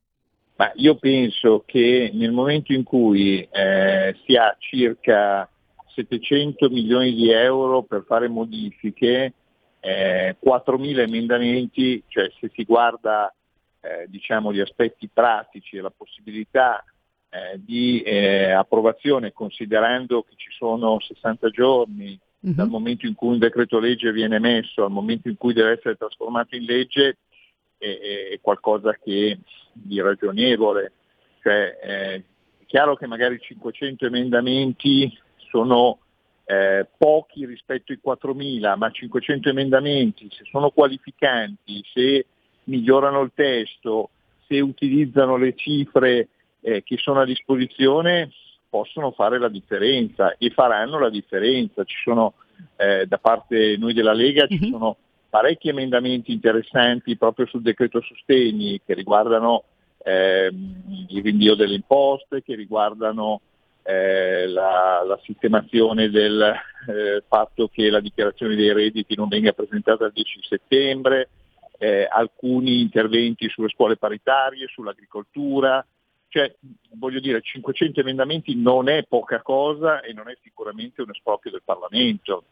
Ma io penso che nel momento in cui eh, si ha circa settecento milioni di euro per fare modifiche, Eh, quattromila emendamenti, cioè se si guarda eh, diciamo gli aspetti pratici e la possibilità eh, di eh, approvazione, considerando che ci sono sessanta giorni uh-huh. dal momento in cui un decreto legge viene emesso al momento in cui deve essere trasformato in legge, è, è qualcosa che di ragionevole. Cioè, eh, è chiaro che magari cinquecento emendamenti sono Eh, pochi rispetto ai quattromila, ma cinquecento emendamenti, se sono qualificanti, se migliorano il testo, se utilizzano le cifre eh, che sono a disposizione, possono fare la differenza e faranno la differenza. Ci sono eh, da parte noi della Lega ci sono parecchi emendamenti interessanti proprio sul decreto sostegni che riguardano eh, il rinvio delle imposte, che riguardano eh, la, la sistemazione del eh, fatto che la dichiarazione dei redditi non venga presentata il dieci settembre, eh, alcuni interventi sulle scuole paritarie, sull'agricoltura. Cioè, voglio dire, cinquecento emendamenti non è poca cosa e non è sicuramente un esproprio del Parlamento.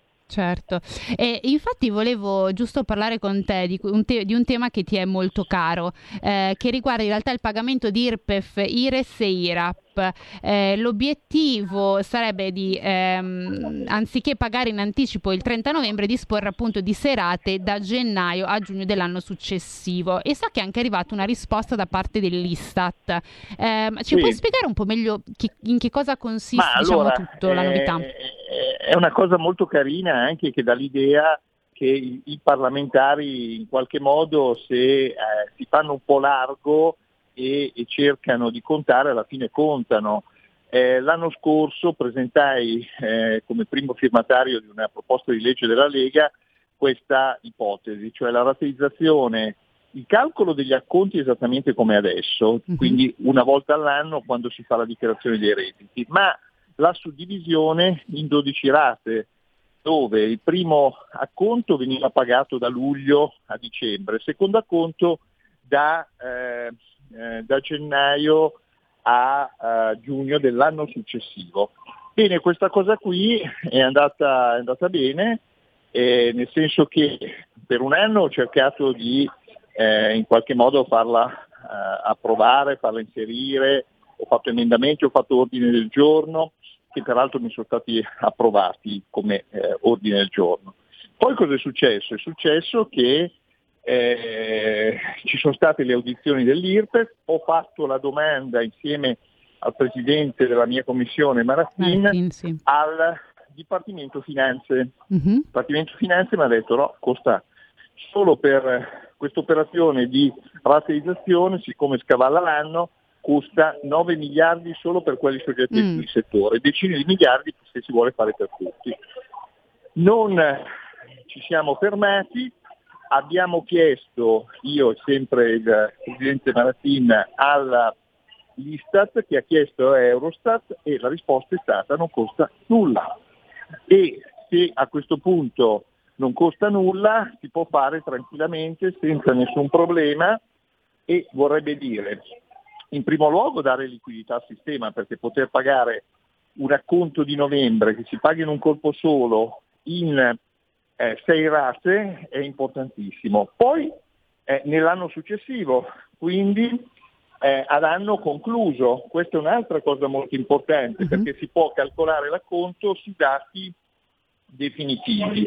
Certo, e infatti volevo giusto parlare con te di un, te- di un tema che ti è molto caro, eh, che riguarda in realtà il pagamento di I R P E F, I R E S e I R A P. Eh, l'obiettivo sarebbe di, ehm, anziché pagare in anticipo il trenta novembre, disporre appunto di serate da gennaio a giugno dell'anno successivo. E so che è anche arrivata una risposta da parte dell'Istat. Eh, ci sì. puoi spiegare un po' meglio chi- in che cosa consiste, Ma diciamo, allora, tutto, la eh, novità? È una cosa molto carina anche che dà l'idea che i, i parlamentari in qualche modo se eh, si fanno un po' largo e, e cercano di contare, alla fine contano. Eh, l'anno scorso presentai eh, come primo firmatario di una proposta di legge della Lega questa ipotesi, cioè la rateizzazione, il calcolo degli acconti esattamente come adesso, mm-hmm. quindi una volta all'anno quando si fa la dichiarazione dei redditi, ma la suddivisione in dodici rate, dove il primo acconto veniva pagato da luglio a dicembre, il secondo acconto da, eh, eh, da gennaio a, a giugno dell'anno successivo. Bene, questa cosa qui è andata, è andata bene, eh, nel senso che per un anno ho cercato di eh, in qualche modo farla eh, approvare, farla inserire, ho fatto emendamenti, ho fatto ordine del giorno, che peraltro mi sono stati approvati come eh, ordine del giorno. Poi cosa è successo? È successo che eh, ci sono state le audizioni dell'I R P E F, ho fatto la domanda insieme al presidente della mia commissione Maratin, Maratin sì. al Dipartimento Finanze. Mm-hmm. Il Dipartimento Finanze mi ha detto no, costa solo per questa operazione di rateizzazione, siccome scavalla l'anno, costa nove miliardi solo per quelli soggetti mm. al settore, decine di miliardi se si vuole fare per tutti. Non ci siamo fermati, abbiamo chiesto, io e sempre il presidente Maratin, all'Istat che ha chiesto a Eurostat e la risposta è stata non costa nulla. E se a questo punto non costa nulla si può fare tranquillamente senza nessun problema e vorrebbe dire in primo luogo dare liquidità al sistema, perché poter pagare un acconto di novembre che si paga in un colpo solo in eh, sei rate è importantissimo. Poi eh, nell'anno successivo, quindi eh, ad anno concluso, questa è un'altra cosa molto importante, mm-hmm. perché si può calcolare l'acconto su dati definitivi.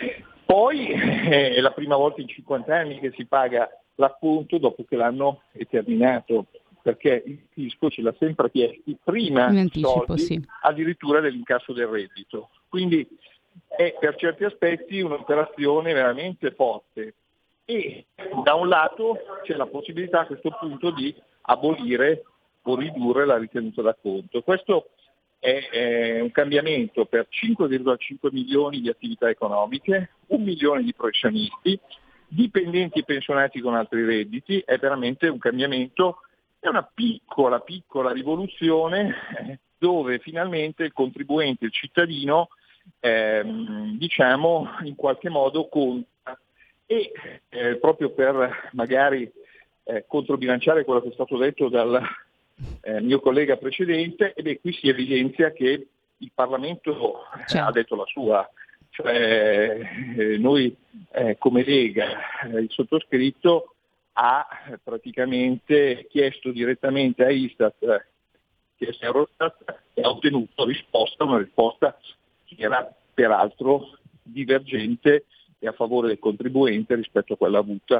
Poi eh, è la prima volta in cinquanta anni che si paga l'acconto dopo che l'anno è terminato, perché il fisco ce l'ha sempre chiesti prima in anticipo, soldi, sì. addirittura dell'incasso del reddito. Quindi è per certi aspetti un'operazione veramente forte e da un lato c'è la possibilità a questo punto di abolire o ridurre la ritenuta d'acconto. Questo è, è un cambiamento per cinque virgola cinque milioni di attività economiche, un milione di professionisti, dipendenti e pensionati con altri redditi, è veramente un cambiamento. È una piccola, piccola rivoluzione eh, dove finalmente il contribuente, il cittadino, ehm, diciamo, in qualche modo conta. E eh, proprio per magari eh, controbilanciare quello che è stato detto dal eh, mio collega precedente, e beh, qui si evidenzia che il Parlamento eh, ha detto la sua. Cioè, eh, noi eh, come Lega, eh, il sottoscritto, ha praticamente chiesto direttamente a Istat, chiesto a Eurostat e ha ottenuto risposta, una risposta che era peraltro divergente e a favore del contribuente rispetto a quella avuta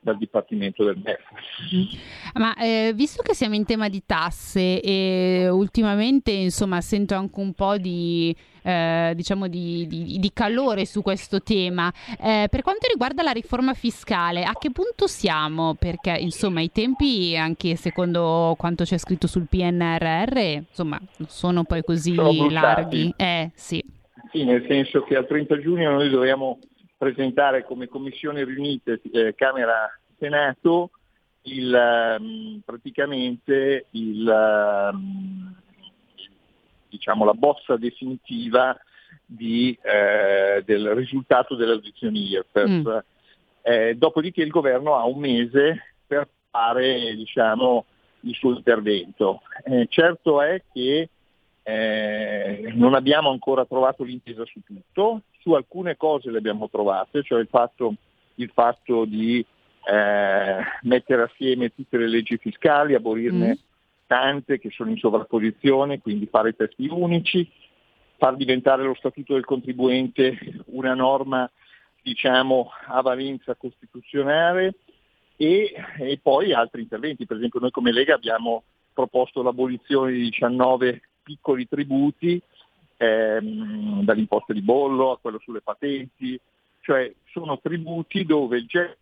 dal Dipartimento del M E F. Ma eh, visto che siamo in tema di tasse e ultimamente insomma sento anche un po' di eh, diciamo di, di, di calore su questo tema, eh, per quanto riguarda la riforma fiscale, a che punto siamo? Perché insomma i tempi, anche secondo quanto c'è scritto sul P N R R, insomma non sono poi così Sono larghi. Eh sì. Sì, nel senso che al trenta giugno noi dobbiamo presentare come commissioni riunite eh, Camera Senato il, um, praticamente il, um, diciamo la bozza definitiva di, eh, del risultato delle audizioni I R P E F. Mm. Eh, dopodiché il governo ha un mese per fare diciamo, il suo intervento. Eh, certo è che eh, non abbiamo ancora trovato l'intesa su tutto, su alcune cose le abbiamo trovate, cioè il fatto, il fatto di eh, mettere assieme tutte le leggi fiscali, aborirne mm. tante che sono in sovrapposizione, quindi fare i testi unici, far diventare lo statuto del contribuente una norma diciamo a valenza costituzionale e, e poi altri interventi. Per esempio noi come Lega abbiamo proposto l'abolizione di diciannove piccoli tributi, ehm, dall'imposta di bollo a quello sulle patenti, cioè sono tributi dove il gettito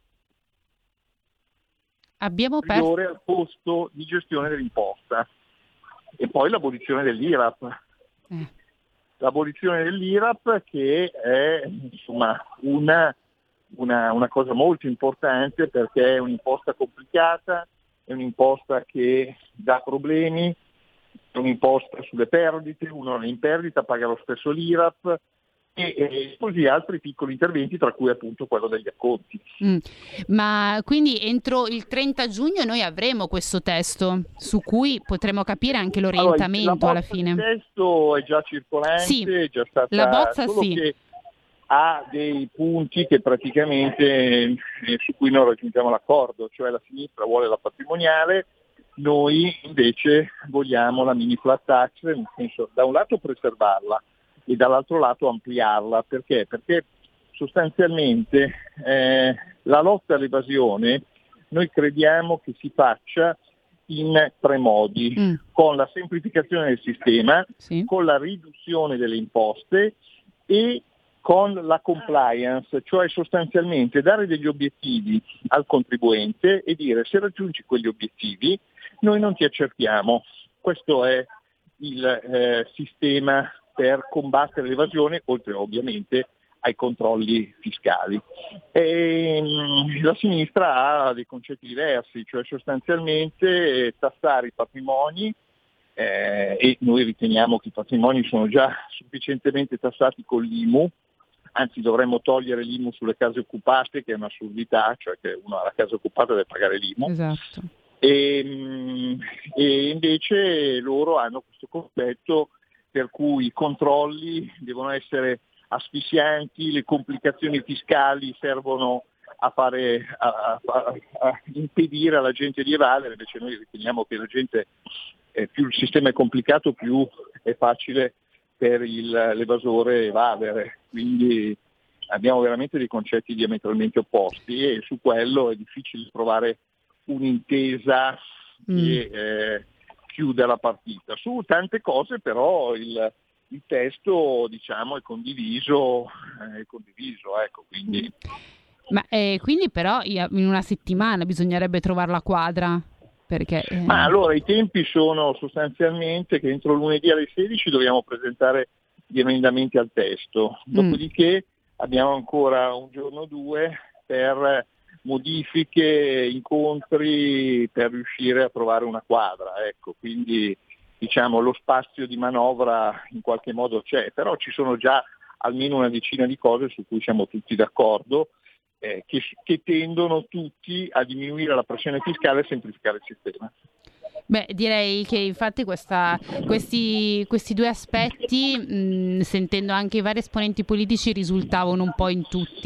abbiamo è maggiore al costo di gestione dell'imposta. E poi l'abolizione dell'I R A P. Eh. L'abolizione dell'I R A P che è insomma una, una, una cosa molto importante perché è un'imposta complicata, è un'imposta che dà problemi, è un'imposta sulle perdite, uno è in perdita paga lo stesso l'I R A P e, e così altri piccoli interventi tra cui appunto quello degli acconti. Mm. Ma quindi entro il trenta giugno noi avremo questo testo su cui potremo capire anche l'orientamento allora, alla fine. Il testo è già circolante, sì, è già stata, la bozza solo sì. Che ha dei punti che praticamente eh, su cui non raggiungiamo l'accordo, cioè la sinistra vuole la patrimoniale, noi invece vogliamo la mini flat tax, nel senso da un lato preservarla e dall'altro lato ampliarla. Perché? Perché sostanzialmente eh, la lotta all'evasione noi crediamo che si faccia in tre modi, mm. con la semplificazione del sistema, sì. con la riduzione delle imposte e con la compliance, cioè sostanzialmente dare degli obiettivi al contribuente e dire se raggiungi quegli obiettivi noi non ti accertiamo. Questo è il eh, sistema per combattere l'evasione, oltre ovviamente ai controlli fiscali. E, mh, la sinistra ha dei concetti diversi, cioè sostanzialmente eh, tassare i patrimoni eh, e noi riteniamo che i patrimoni sono già sufficientemente tassati con l'I M U, anzi dovremmo togliere l'I M U sulle case occupate, che è un'assurdità, cioè che uno ha la casa occupata deve pagare l'I M U. Esatto. E, e invece loro hanno questo concetto per cui i controlli devono essere asfissianti, le complicazioni fiscali servono a fare a, a, a impedire alla gente di evadere, invece noi riteniamo che la gente eh, più il sistema è complicato più è facile per il, l'evasore evadere, quindi abbiamo veramente dei concetti diametralmente opposti e su quello è difficile trovare un'intesa mm. che eh, chiude la partita. Su tante cose però il, il testo diciamo è condiviso, è condiviso, ecco, quindi. Ma eh, quindi però in una settimana bisognerebbe trovare la quadra? Perché, eh... Ma allora i tempi sono sostanzialmente che entro lunedì alle sedici dobbiamo presentare gli emendamenti al testo, dopodiché mm. abbiamo ancora un giorno o due per modifiche, incontri per riuscire a trovare una quadra, ecco, quindi diciamo lo spazio di manovra in qualche modo c'è, però ci sono già almeno una decina di cose su cui siamo tutti d'accordo, eh, che, che tendono tutti a diminuire la pressione fiscale e semplificare il sistema. Beh, direi che infatti questa, questi, questi due aspetti, mh, sentendo anche i vari esponenti politici, risultavano un po' in tutti,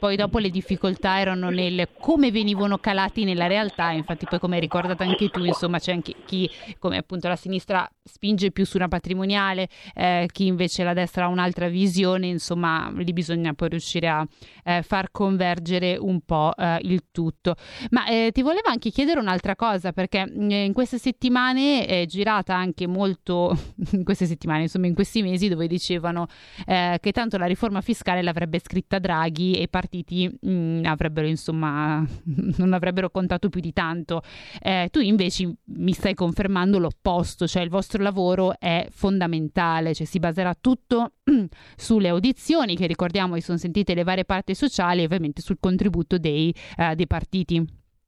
poi dopo le difficoltà erano nel come venivano calati nella realtà. Infatti poi, come hai ricordato anche tu, insomma c'è anche chi, come appunto la sinistra, spinge più su una patrimoniale, eh, chi invece la destra ha un'altra visione, insomma lì bisogna poi riuscire a eh, far convergere un po' eh, il tutto. Ma eh, ti volevo anche chiedere un'altra cosa, perché eh, in queste settimane è girata anche molto, in queste settimane, insomma in questi mesi, dove dicevano eh, che tanto la riforma fiscale l'avrebbe scritta Draghi e i partiti mh, avrebbero, insomma, non avrebbero contato più di tanto. Eh, tu invece mi stai confermando l'opposto, cioè il vostro lavoro è fondamentale, cioè si baserà tutto sulle audizioni, che ricordiamo si sono sentite le varie parti sociali, e ovviamente sul contributo dei, eh, dei partiti.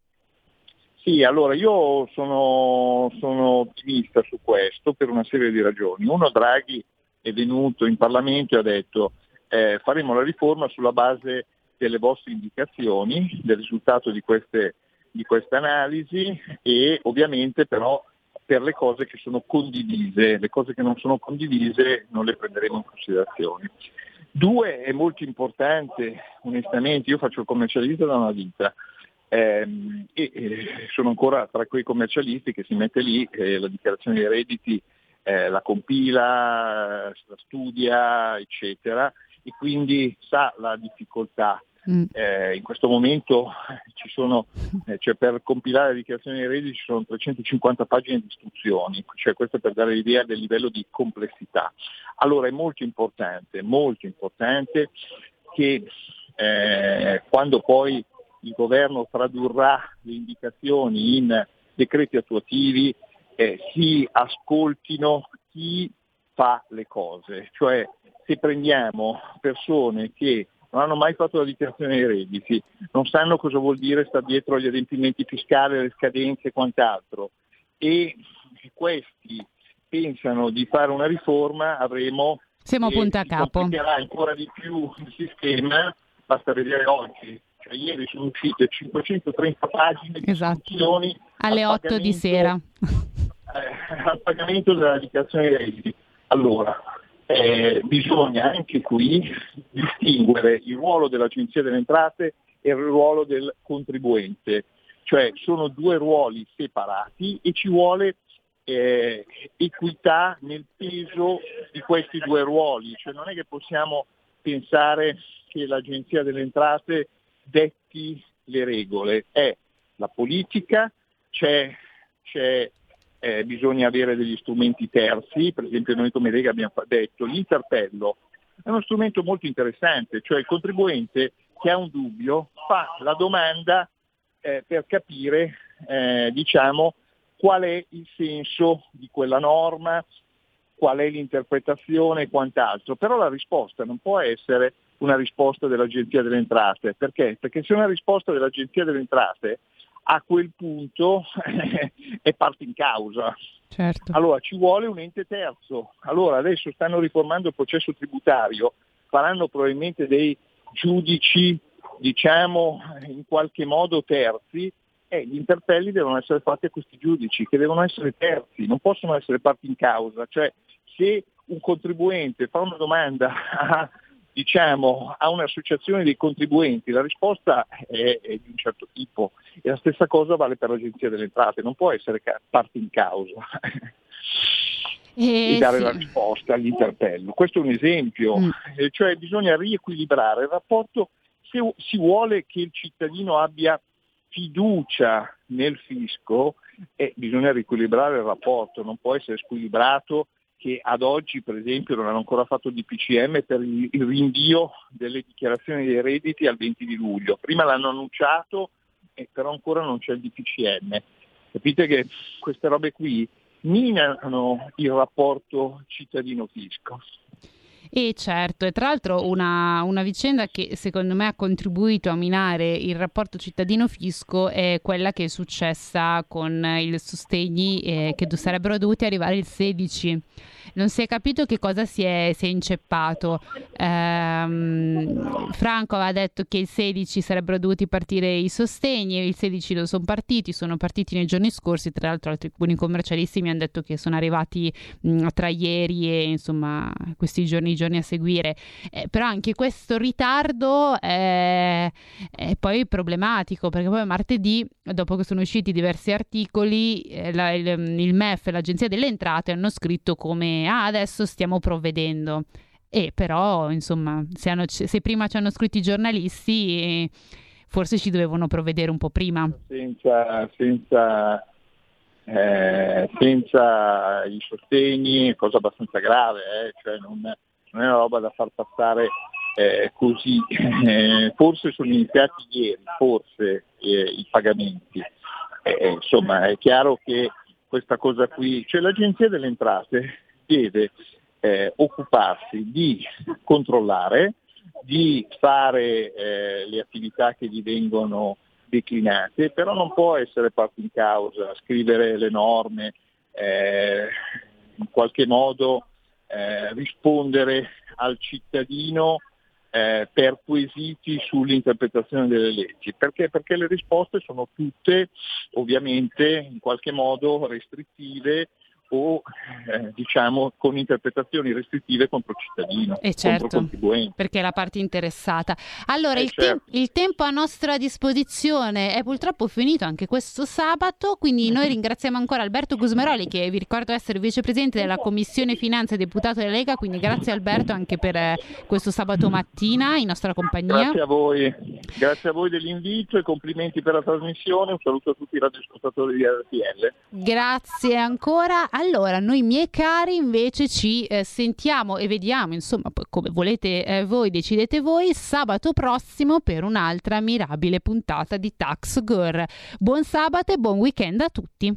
Sì, allora io sono, sono ottimista su questo per una serie di ragioni. Uno, Draghi è venuto in Parlamento e ha detto eh, faremo la riforma sulla base delle vostre indicazioni, del risultato di queste, di queste analisi, e ovviamente però per le cose che sono condivise. Le cose che non sono condivise non le prenderemo in considerazione. Due, è molto importante, onestamente, io faccio il commercialista da una vita, ehm, e, e sono ancora tra quei commercialisti che si mette lì, eh, la dichiarazione dei redditi eh, la compila, la studia, eccetera, e quindi sa la difficoltà. Mm. Eh, in questo momento ci sono, eh, cioè per compilare la dichiarazione dei redditi ci sono trecentocinquanta pagine di istruzioni, cioè questo per dare l'idea del livello di complessità. Allora è molto importante, molto importante che eh, quando poi il governo tradurrà le indicazioni in decreti attuativi eh, si ascoltino chi fa le cose, cioè se prendiamo persone che non hanno mai fatto la dichiarazione dei redditi, non sanno cosa vuol dire stare dietro agli adempimenti fiscali, alle scadenze e quant'altro, e questi pensano di fare una riforma, avremo siamo punta a capo. Complicherà ancora di più il sistema, basta vedere oggi. Cioè, ieri sono uscite cinquecentotrenta pagine di esatto. istruzioni alle otto di sera eh, al pagamento della dichiarazione dei redditi. Allora, Eh, bisogna anche qui distinguere il ruolo dell'Agenzia delle Entrate e il ruolo del contribuente, cioè sono due ruoli separati e ci vuole eh, equità nel peso di questi due ruoli, cioè non è che possiamo pensare che l'Agenzia delle Entrate detti le regole, è la politica, c'è, c'è Eh, bisogna avere degli strumenti terzi, per esempio noi come Lega abbiamo detto l'interpello è uno strumento molto interessante, cioè il contribuente che ha un dubbio fa la domanda eh, per capire eh, diciamo qual è il senso di quella norma, qual è l'interpretazione e quant'altro, però la risposta non può essere una risposta dell'Agenzia delle Entrate, perché? Perché se una risposta dell'Agenzia delle Entrate a quel punto è parte in causa. Certo. Allora ci vuole un ente terzo. Allora adesso stanno riformando il processo tributario, faranno probabilmente dei giudici, diciamo, in qualche modo terzi, e gli interpelli devono essere fatti a questi giudici, che devono essere terzi, non possono essere parti in causa. Cioè se un contribuente fa una domanda a diciamo a un'associazione dei contribuenti, la risposta è, è di un certo tipo, e la stessa cosa vale per l'Agenzia delle Entrate, non può essere parte in causa eh, e dare sì. la risposta all'interpello. Questo è un esempio, mm. eh, cioè bisogna riequilibrare il rapporto se si vuole che il cittadino abbia fiducia nel fisco, eh, bisogna riequilibrare il rapporto, non può essere squilibrato che ad oggi per esempio non hanno ancora fatto il D P C M per il, il rinvio delle dichiarazioni dei redditi al venti di luglio. Prima l'hanno annunciato, eh, però ancora non c'è il D P C M. Capite che queste robe qui minano il rapporto cittadino-fisco. E certo, e tra l'altro una, una vicenda che secondo me ha contribuito a minare il rapporto cittadino-fisco è quella che è successa con i sostegni eh, che sarebbero dovuti arrivare il sedici. Non si è capito che cosa si è, si è inceppato. Ehm, Franco aveva detto che il sedici sarebbero dovuti partire i sostegni, il sedici non sono partiti, sono partiti nei giorni scorsi. Tra l'altro alcuni commercialisti mi hanno detto che sono arrivati mh, tra ieri e insomma questi giorni nei giorni a seguire, eh, però anche questo ritardo è, è poi problematico, perché poi martedì, dopo che sono usciti diversi articoli, eh, la, il, il M E F e l'Agenzia delle Entrate hanno scritto come ah adesso stiamo provvedendo, e però insomma se, hanno, se prima ci hanno scritto i giornalisti eh, forse ci dovevano provvedere un po' prima. Senza, senza, eh, senza i sostegni, cosa abbastanza grave, eh? Cioè non, non è una roba da far passare eh, così. Eh, forse sono iniziati ieri, forse eh, i pagamenti. Eh, insomma è chiaro che questa cosa qui, cioè l'Agenzia delle Entrate deve eh, occuparsi di controllare, di fare eh, le attività che gli vengono declinate, però non può essere parte in causa, scrivere le norme, eh, in qualche modo eh, rispondere al cittadino eh, per quesiti sull'interpretazione delle leggi. Perché? Perché le risposte sono tutte ovviamente in qualche modo restrittive o eh, diciamo con interpretazioni restrittive contro il cittadino, e certo, contro il contribuente, perché è la parte interessata. Allora eh il, certo. te- il tempo a nostra disposizione è purtroppo finito anche questo sabato, quindi noi ringraziamo ancora Alberto Gusmeroli, che vi ricordo essere vicepresidente della Commissione Finanze e deputato della Lega, quindi grazie Alberto anche per eh, questo sabato mattina in nostra compagnia. Grazie a voi, grazie a voi dell'invito e complimenti per la trasmissione, un saluto a tutti i radioascoltatori di R P L. Grazie ancora. Allora, noi miei cari invece ci eh, sentiamo e vediamo, insomma, poi come volete eh, voi, decidete voi, sabato prossimo per un'altra mirabile puntata di Tax Girl. Buon sabato e buon weekend a tutti.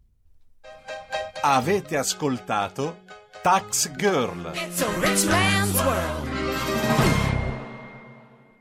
Avete ascoltato Tax Girl. It's a rich man's world.